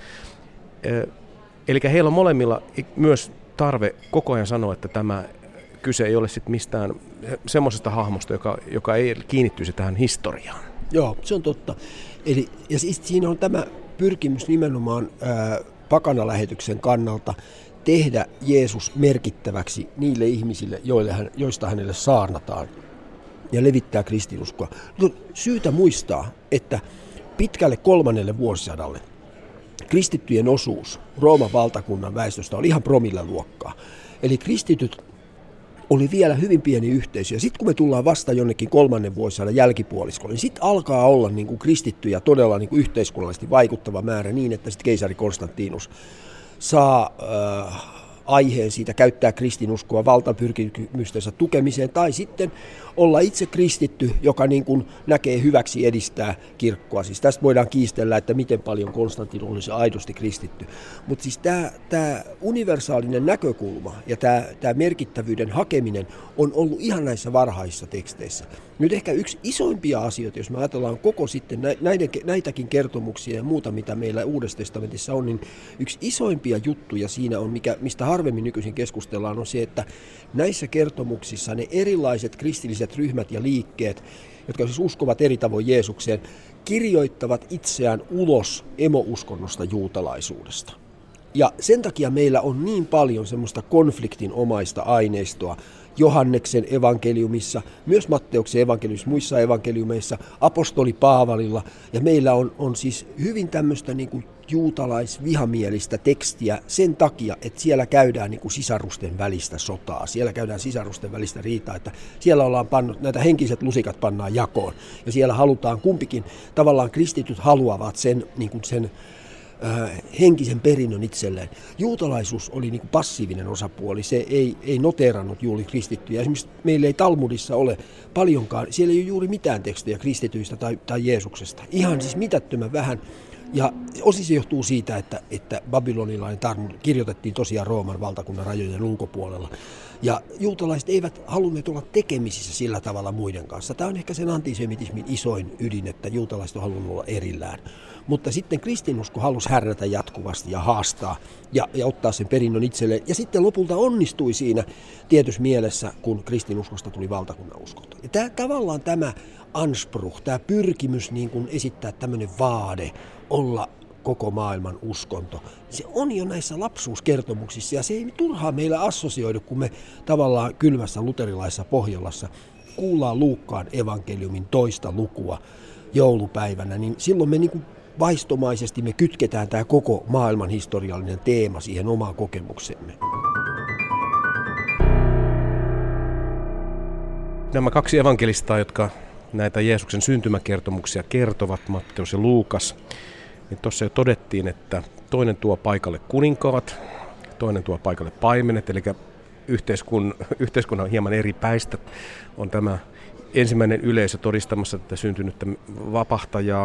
D: Äh, eli heillä on molemmilla myös tarve koko ajan sanoa, että tämä kyse ei ole sitten mistään semmoisesta hahmosta, joka, joka ei kiinnittyisi tähän historiaan.
C: Joo, se on totta. Eli, ja siis siinä on tämä pyrkimys nimenomaan ää, pakanalähetyksen kannalta tehdä Jeesus merkittäväksi niille ihmisille, joille hän, joista hänelle saarnataan ja levittää kristinuskoa. No, syytä muistaa, että pitkälle kolmannelle vuosisadalle kristittyjen osuus Rooman valtakunnan väestöstä oli ihan promilleluokkaa. Eli kristityt oli vielä hyvin pieni yhteisö. Ja sitten kun me tullaan vasta jonnekin kolmannen vuosisadan jälkipuoliskolle, niin sitten alkaa olla niin kuin kristittyjä todella niin kuin yhteiskunnallisesti vaikuttava määrä niin, että sitten keisari Konstantinus saa äh, aiheen siitä, käyttää kristinuskoa valtapyrkimystensä tukemiseen, tai sitten olla itse kristitty, joka niin kuin näkee hyväksi edistää kirkkoa. Siis tästä voidaan kiistellä, että miten paljon Konstantin oli se aidosti kristitty. Mutta siis tämä, tämä universaalinen näkökulma ja tämä, tämä merkittävyyden hakeminen on ollut ihan näissä varhaisissa teksteissä. Nyt ehkä yksi isoimpia asioita, jos me ajatellaan koko sitten näiden, näitäkin kertomuksia ja muuta, mitä meillä Uudessa testamentissa on, niin yksi isoimpia juttuja siinä on, mikä, mistä harvemmin nykyisin keskustellaan, on se, että näissä kertomuksissa ne erilaiset kristilliset ryhmät ja liikkeet, jotka siis uskovat eri tavoin Jeesukseen, kirjoittavat itseään ulos emouskonnosta juutalaisuudesta. Ja sen takia meillä on niin paljon semmoista konfliktinomaista aineistoa Johanneksen evankeliumissa, myös Matteuksen evankeliumissa, muissa evankeliumeissa, apostoli Paavalilla, ja meillä on, on siis hyvin tämmöistä niin kuin juutalaisvihamielistä tekstiä sen takia, että siellä käydään niin kuin sisarusten välistä sotaa, siellä käydään sisarusten välistä riitaa, että siellä ollaan pannut, näitä henkiset lusikat pannaan jakoon, ja siellä halutaan kumpikin, tavallaan kristityt haluavat sen, niin kuin sen henkisen perinnön itselleen. Juutalaisuus oli niin kuin passiivinen osapuoli, se ei, ei noteerannut juuri kristittyjä. Esimerkiksi meillä ei Talmudissa ole paljonkaan, siellä ei ole juuri mitään tekstejä kristityistä tai, tai Jeesuksesta. Ihan siis mitättömän vähän. Ja osin se johtuu siitä, että, että babylonilainen Talmud kirjoitettiin tosiaan Rooman valtakunnan rajojen ulkopuolella. Ja juutalaiset eivät halunneet olla tekemisissä sillä tavalla muiden kanssa. Tämä on ehkä sen antisemitismin isoin ydin, että juutalaiset on halunnut olla erillään. Mutta sitten kristinusko halusi härnätä jatkuvasti ja haastaa ja, ja ottaa sen perinnön itselleen. Ja sitten lopulta onnistui siinä tietyssä mielessä, kun kristinuskosta tuli valtakunnan uskonto. Ja tämä, tavallaan tämä anspruch, tämä pyrkimys niin kuin esittää tämmöinen vaade olla koko maailman uskonto. Se on jo näissä lapsuuskertomuksissa ja se ei turhaan meillä assosioidu, kun me tavallaan kylmässä luterilaisessa Pohjolassa kuullaan Luukkaan evankeliumin toista lukua joulupäivänä, niin silloin me niin kuin vaistomaisesti me kytketään tämä koko maailman historiallinen teema siihen omaan kokemuksemme.
D: Nämä kaksi evankelistaa, jotka näitä Jeesuksen syntymäkertomuksia kertovat, Matteus ja Luukas, niin tuossa jo todettiin, että toinen tuo paikalle kuninkaat, toinen tuo paikalle paimenet, eli yhteiskun, yhteiskunnan hieman eri päistä on tämä ensimmäinen yleisö todistamassa tätä syntynyttä vapahtajaa.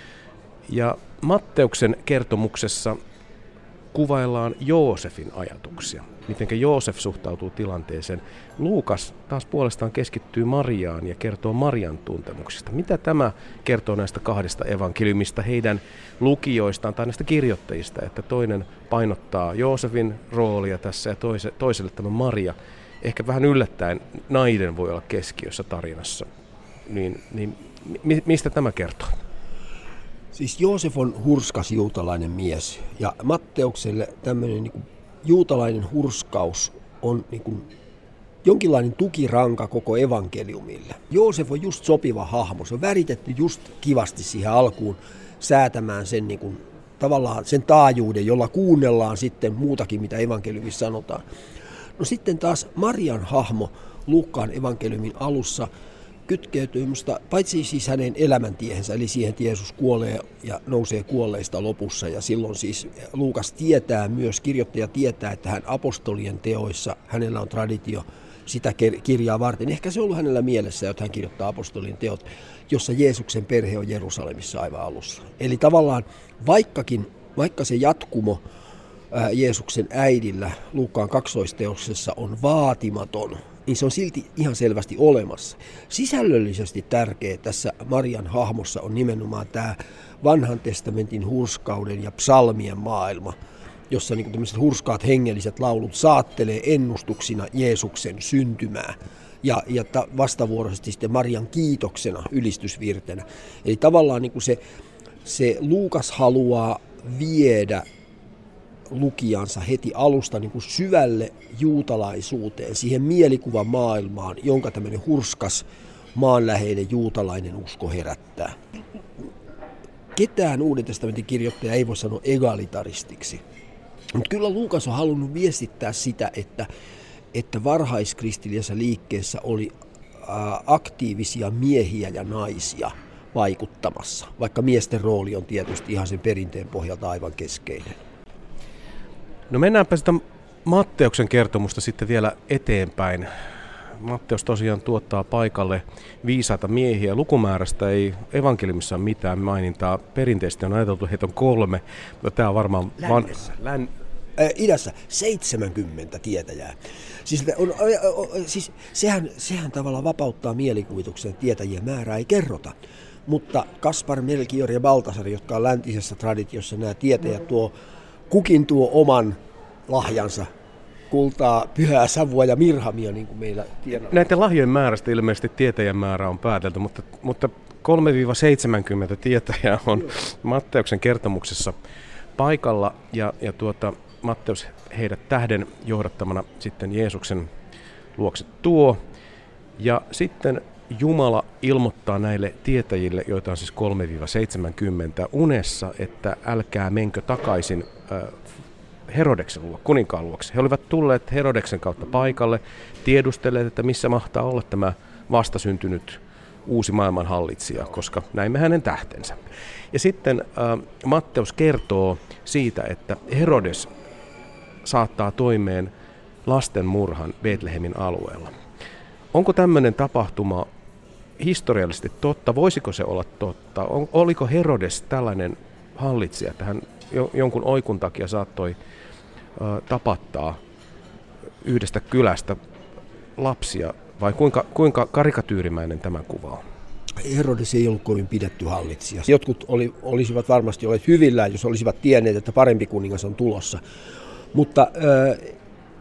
D: Ja Matteuksen kertomuksessa kuvaillaan Joosefin ajatuksia, miten Joosef suhtautuu tilanteeseen. Luukas taas puolestaan keskittyy Mariaan ja kertoo Marian tuntemuksista. Mitä tämä kertoo näistä kahdesta evankeliumista, heidän lukijoistaan tai näistä kirjoittajista, että toinen painottaa Joosefin roolia tässä ja toise, toiselle tämä Maria. Ehkä vähän yllättäen nainen voi olla keskiössä tarinassa. Niin, niin mistä tämä kertoo?
C: Siis Joosef on hurskas juutalainen mies ja Matteukselle tämmöinen niin kuin juutalainen hurskaus on niin kuin jonkinlainen tukiranka koko evankeliumille. Joosef on just sopiva hahmo, se on väritetty just kivasti siihen alkuun säätämään sen niin kuin, tavallaan sen taajuuden, jolla kuunnellaan sitten muutakin, mitä evankeliumissa sanotaan. No sitten taas Marian hahmo Luukkaan evankeliumin alussa kytkeytyy musta, paitsi siis hänen elämäntiehensä, eli siihen, että Jeesus kuolee ja nousee kuolleista lopussa. Ja silloin siis Luukas tietää myös, kirjoittaja tietää, että hän apostolien teoissa, hänellä on traditio sitä kirjaa varten. Ehkä se on ollut hänellä mielessä, että hän kirjoittaa apostolien teot, jossa Jeesuksen perhe on Jerusalemissa aivan alussa. Eli tavallaan vaikkakin, vaikka se jatkumo ää, Jeesuksen äidillä Luukkaan kaksoisteoksessa on vaatimaton, niin se on silti ihan selvästi olemassa. Sisällöllisesti tärkeä tässä Marian hahmossa on nimenomaan tämä vanhan testamentin hurskauden ja psalmien maailma, jossa niin tämmöiset hurskaat hengelliset laulut saattelee ennustuksina Jeesuksen syntymää ja, ja vastavuoroisesti sitten Marian kiitoksena, ylistysvirtenä. Eli tavallaan niin kuin se, se Luukas haluaa viedä lukijansa heti alusta niin kuin syvälle juutalaisuuteen, siihen mielikuvan maailmaan, jonka tämmöinen hurskas, maanläheinen juutalainen usko herättää. Ketään Uuden testamentin kirjoittaja ei voi sanoa egalitaristiksi, mutta kyllä Luukas on halunnut viestittää sitä, että, että varhaiskristillisessä liikkeessä oli ää, aktiivisia miehiä ja naisia vaikuttamassa, vaikka miesten rooli on tietysti ihan sen perinteen pohjalta aivan keskeinen.
D: No mennäänpä sitä Matteuksen kertomusta sitten vielä eteenpäin. Matteus tosiaan tuottaa paikalle viisaita miehiä. Lukumäärästä ei evankeliumissa ole mitään mainintaa. Perinteisesti on ajateltu, että heitä on kolme, mutta tämä on varmaan...
C: Lännessä.
D: Van... Län...
C: Äh, idässä seitsemänkymmentä tietäjää. Siis, on, on, siis sehän, sehän tavallaan vapauttaa mielikuvituksen, tietäjien määrää ei kerrota. Mutta Kaspar, Melkior ja Baltasar, jotka on läntisessä traditiossa, nämä tietäjät tuo, kukin tuo oman lahjansa. Kultaa, pyhää savua ja mirhamia, niin kuin meillä tiedämme.
D: Näiden lahjojen määrästä ilmeisesti tietäjän määrä on päätelty, mutta, mutta kolme seitsemänkymmentä tietäjää on Joo. Matteuksen kertomuksessa paikalla, ja, ja tuota, Matteus heidät tähden johdattamana sitten Jeesuksen luokse tuo. Ja sitten Jumala ilmoittaa näille tietäjille, joita on siis kolme seitsemänkymmentä, unessa, että älkää menkö takaisin äh, Herodeksen luo, kuninkaan luokse. He olivat tulleet Herodeksen kautta paikalle, tiedustelleet, että missä mahtaa olla tämä vastasyntynyt uusi maailmanhallitsija, koska näimme hänen tähtensä. Ja sitten äh, Matteus kertoo siitä, että Herodes saattaa toimeen lasten murhan Betlehemin alueella. Onko tämmöinen tapahtuma historiallisesti totta? Voisiko se olla totta? On, oliko Herodes tällainen hallitsija, että hän jonkun oikun takia saattoi ä, tapattaa yhdestä kylästä lapsia, vai kuinka, kuinka karikatyyrimäinen tämä kuva on?
C: Herodes ei ollut kovin pidetty hallitsija. Jotkut oli, olisivat varmasti olleet hyvillään, jos olisivat tienneet, että parempi kuningas on tulossa. Mutta, äh,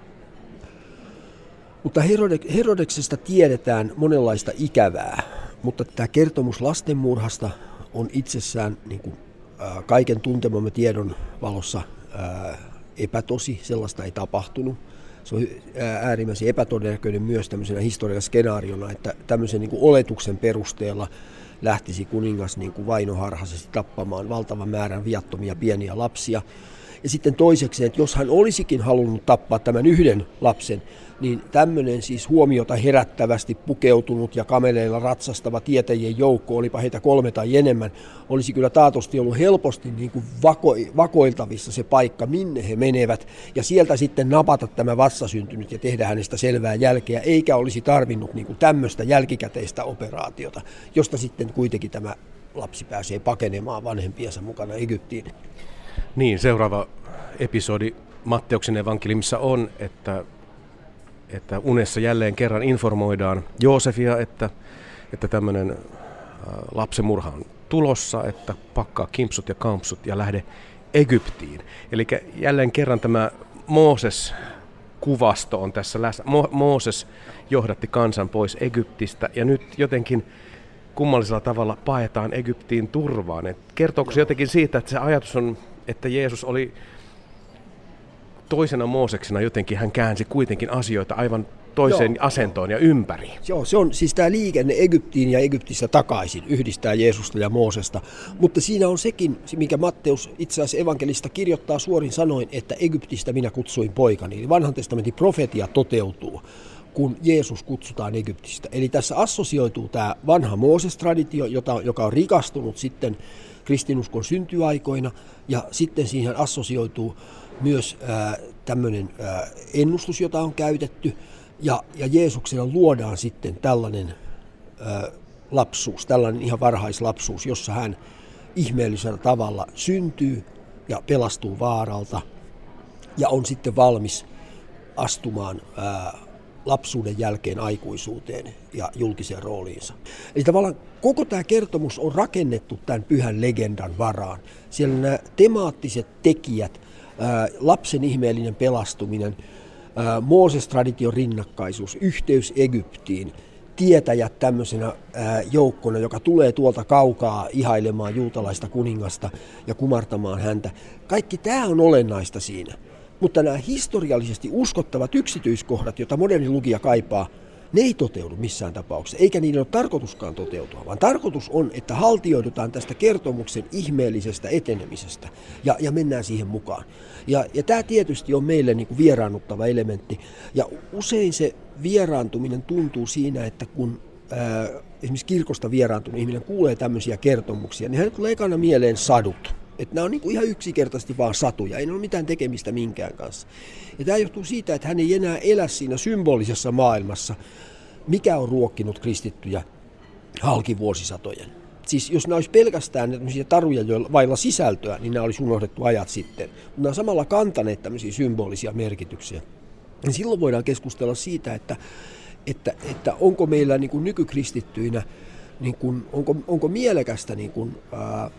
C: mutta Herode- Herodeksesta tiedetään monenlaista ikävää, mutta tämä kertomus lastenmurhasta on itsessään niin kuin, äh, kaiken tuntemamme tiedon valossa äh, epätosi, sellaista ei tapahtunut. Se on äärimmäisen epätodennäköinen myös tämmöisenä historiaskenaariona, että tämmöisen niin kuin oletuksen perusteella lähtisi kuningas niin kuin vainoharhaisesti tappamaan valtavan määrän viattomia pieniä lapsia. Ja sitten toiseksi, että jos hän olisikin halunnut tappaa tämän yhden lapsen, niin tämmöinen siis huomiota herättävästi pukeutunut ja kameleilla ratsastava tietäjien joukko, olipa heitä kolme tai enemmän, olisi kyllä taatusti ollut helposti niin kuin vako, vakoiltavissa se paikka, minne he menevät, ja sieltä sitten napata tämä vassasyntynyt ja tehdä hänestä selvää jälkeä, eikä olisi tarvinnut niin kuin tämmöistä jälkikäteistä operaatiota, josta sitten kuitenkin tämä lapsi pääsee pakenemaan vanhempiensa mukana Egyptiin.
D: Niin, seuraava episodi Matteuksen evankeliumissa on, että, että unessa jälleen kerran informoidaan Joosefia, että, että tämmöinen lapsemurha on tulossa, että pakkaa kimpsut ja kampsut ja lähde Egyptiin. Eli jälleen kerran tämä Mooses-kuvasto on tässä läsnä. Mo- Mooses johdatti kansan pois Egyptistä ja nyt jotenkin kummallisella tavalla paetaan Egyptiin turvaan. Et kertooko se jotenkin siitä, että se ajatus on, että Jeesus oli toisena Mooseksena, jotenkin hän käänsi kuitenkin asioita aivan toiseen Joo. asentoon ja ympäri.
C: Joo, se on siis tämä liikenne Egyptiin ja Egyptistä takaisin, yhdistää Jeesusta ja Moosesta. Mutta siinä on sekin, mikä Matteus itse asiassa evankelista kirjoittaa suorin sanoin, että Egyptistä minä kutsuin poikani. Eli vanhan testamentin profetia toteutuu, kun Jeesus kutsutaan Egyptistä. Eli tässä assosioituu tämä vanha Mooses-traditio, jota, joka on rikastunut sitten kristinuskon syntyaikoina, ja sitten siihen assosioituu myös ää, tämmöinen ää, ennustus, jota on käytetty, ja, ja Jeesuksella luodaan sitten tällainen ää, lapsuus, tällainen ihan varhaislapsuus, jossa hän ihmeellisellä tavalla syntyy ja pelastuu vaaralta, ja on sitten valmis astumaan ää, lapsuuden jälkeen aikuisuuteen ja julkiseen rooliinsa. Eli tavallaan koko tämä kertomus on rakennettu tämän pyhän legendan varaan. Siellä nämä temaattiset tekijät, ää, lapsen ihmeellinen pelastuminen, ää, Mooses-tradition rinnakkaisuus, yhteys Egyptiin, tietäjät tämmöisenä ää, joukkona, joka tulee tuolta kaukaa ihailemaan juutalaista kuningasta ja kumartamaan häntä. Kaikki tämä on olennaista siinä. Mutta nämä historiallisesti uskottavat yksityiskohdat, joita moderni lukija kaipaa, ne ei toteudu missään tapauksessa, eikä niiden ole tarkoituskaan toteutua, vaan tarkoitus on, että haltioidutaan tästä kertomuksen ihmeellisestä etenemisestä ja, ja mennään siihen mukaan. Ja, ja tämä tietysti on meille niin kuin vieraannuttava elementti, ja usein se vieraantuminen tuntuu siinä, että kun ää, esimerkiksi kirkosta vieraantunut ihminen kuulee tämmöisiä kertomuksia, niin hänelle tulee ekana mieleen sadut. Että nämä on niin kuin ihan yksinkertaisesti vaan satuja, ei ne ole mitään tekemistä minkään kanssa. Ja tämä johtuu siitä, että hän ei enää elä siinä symbolisessa maailmassa, mikä on ruokkinut kristittyjä halki vuosisatojen. Siis jos nämä olisi pelkästään tämmöisiä taruja vailla sisältöä, niin nämä olisi unohdettu ajat sitten. Mutta nämä on samalla kantaneet tämmöisiä symbolisia merkityksiä. Ja silloin voidaan keskustella siitä, että, että, että onko meillä niin kuin nykykristittyinä, niin kuin, onko, onko mielekästä niin kuin, ää,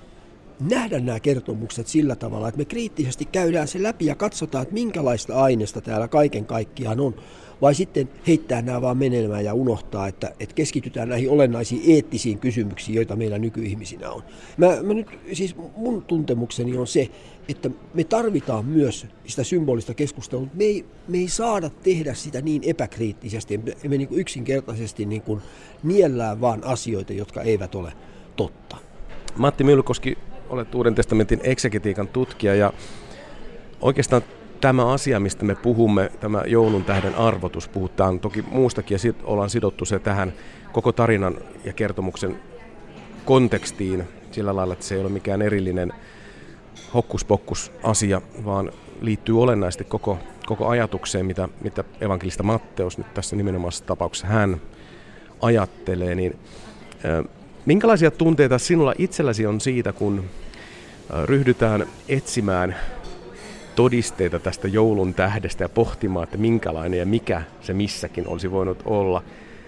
C: nähdä nämä kertomukset sillä tavalla, että me kriittisesti käydään se läpi ja katsotaan, että minkälaista aineesta täällä kaiken kaikkiaan on. Vai sitten heittää nämä vaan menemään ja unohtaa, että, että keskitytään näihin olennaisiin eettisiin kysymyksiin, joita meillä nykyihmisinä on. Mä, mä nyt, siis mun tuntemukseni on se, että me tarvitaan myös sitä symbolista keskustelua, mutta me ei, me ei saada tehdä sitä niin epäkriittisesti. Me, me niin kuin yksinkertaisesti niin kuin niellään vaan asioita, jotka eivät ole totta.
D: Matti Myllykoski, olet Uuden testamentin eksegetiikan tutkija ja oikeastaan tämä asia, mistä me puhumme, tämä joulun tähden arvotus, puhutaan toki muustakin ja sit ollaan sidottu se tähän koko tarinan ja kertomuksen kontekstiin sillä lailla, että se ei ole mikään erillinen hokkuspokkus asia, vaan liittyy olennaisesti koko, koko ajatukseen, mitä, mitä evankelista Matteus nyt tässä nimenomaisessa tapauksessa hän ajattelee. Niin, äh, minkälaisia tunteita sinulla itselläsi on siitä, kun äh, ryhdytään etsimään todisteita tästä joulun tähdestä ja pohtimaan, että minkälainen ja mikä se missäkin olisi voinut olla.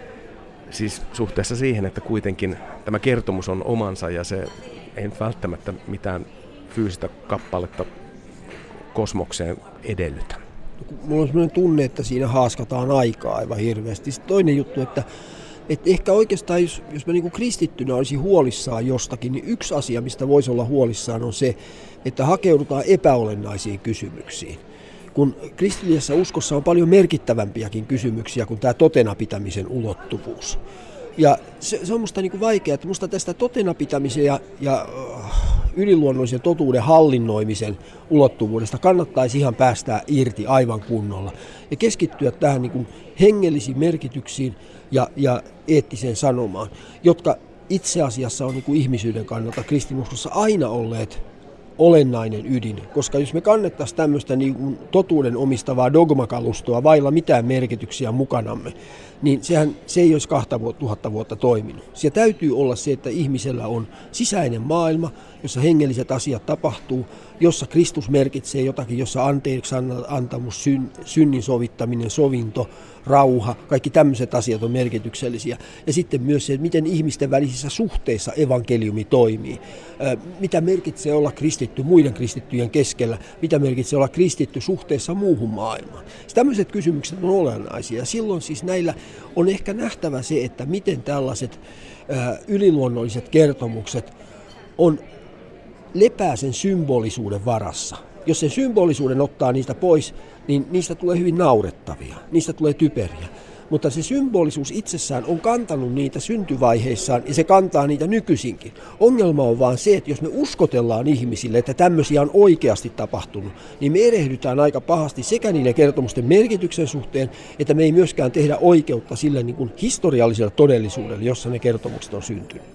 D: Siis suhteessa siihen, että kuitenkin tämä kertomus on omansa ja se ei välttämättä mitään fyysistä kappaletta kosmokseen edellytä.
C: Mulla on sellainen tunne, että siinä haaskataan aikaa aivan hirveästi. Sitten toinen juttu, että, että ehkä oikeastaan jos, jos mä niin kuin kristittynä olisin huolissaan jostakin, niin yksi asia, mistä voisi olla huolissaan, on se, että hakeudutaan epäolennaisiin kysymyksiin. Kun kristillisessä uskossa on paljon merkittävämpiäkin kysymyksiä kuin tämä totena pitämisen ulottuvuus. Ja se, se on musta niin kuin vaikea, että musta tästä totena pitämisen ja, ja yliluonnollisen totuuden hallinnoimisen ulottuvuudesta kannattaisi ihan päästää irti aivan kunnolla ja keskittyä tähän niin kuin hengellisiin merkityksiin ja, ja eettiseen sanomaan, jotka itse asiassa on niin kuin ihmisyyden kannalta kristinuskossa aina olleet olennainen ydin, koska jos me kannettaisiin tämmöistä niin kuin totuuden omistavaa dogmakalustoa vailla mitään merkityksiä mukanamme, niin sehän se ei olisi kahta tuhatta vuotta toiminut. Siellä täytyy olla se, että ihmisellä on sisäinen maailma, jossa hengelliset asiat tapahtuu, jossa Kristus merkitsee jotakin, jossa anteeksi antamus, syn, synnin sovittaminen, sovinto, rauha, kaikki tämmöiset asiat on merkityksellisiä. Ja sitten myös se, että miten ihmisten välisissä suhteissa evankeliumi toimii. Mitä merkitsee olla kristitty muiden kristittyjen keskellä, mitä merkitsee olla kristitty suhteessa muuhun maailmaan. Tämmöiset kysymykset on olennaisia. Silloin siis näillä on ehkä nähtävä se, että miten tällaiset yliluonnolliset kertomukset on lepää sen symbolisuuden varassa. Jos sen symbolisuuden ottaa niistä pois, niin niistä tulee hyvin naurettavia, niistä tulee typeriä. Mutta se symbolisuus itsessään on kantanut niitä syntyvaiheissaan ja se kantaa niitä nykyisinkin. Ongelma on vaan se, että jos me uskotellaan ihmisille, että tämmöisiä on oikeasti tapahtunut, niin me erehdytään aika pahasti sekä niiden kertomusten merkityksen suhteen, että me ei myöskään tehdä oikeutta sille niin kuin historialliselle todellisuudelle, jossa ne kertomukset on syntynyt.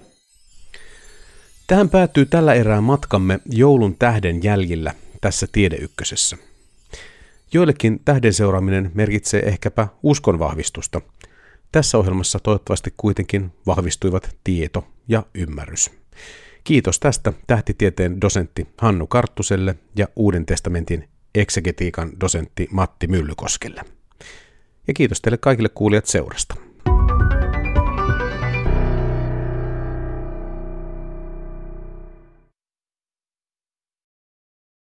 B: Tähän päättyy tällä erää matkamme joulun tähden jäljillä tässä Tiedeykkösessä. Joillekin tähden seuraaminen merkitsee ehkäpä uskonvahvistusta. Tässä ohjelmassa toivottavasti kuitenkin vahvistuivat tieto ja ymmärrys. Kiitos tästä tähtitieteen dosentti Hannu Karttuselle ja Uuden testamentin eksegetiikan dosentti Matti Myllykoskelle. Ja kiitos teille kaikille kuulijat seurasta.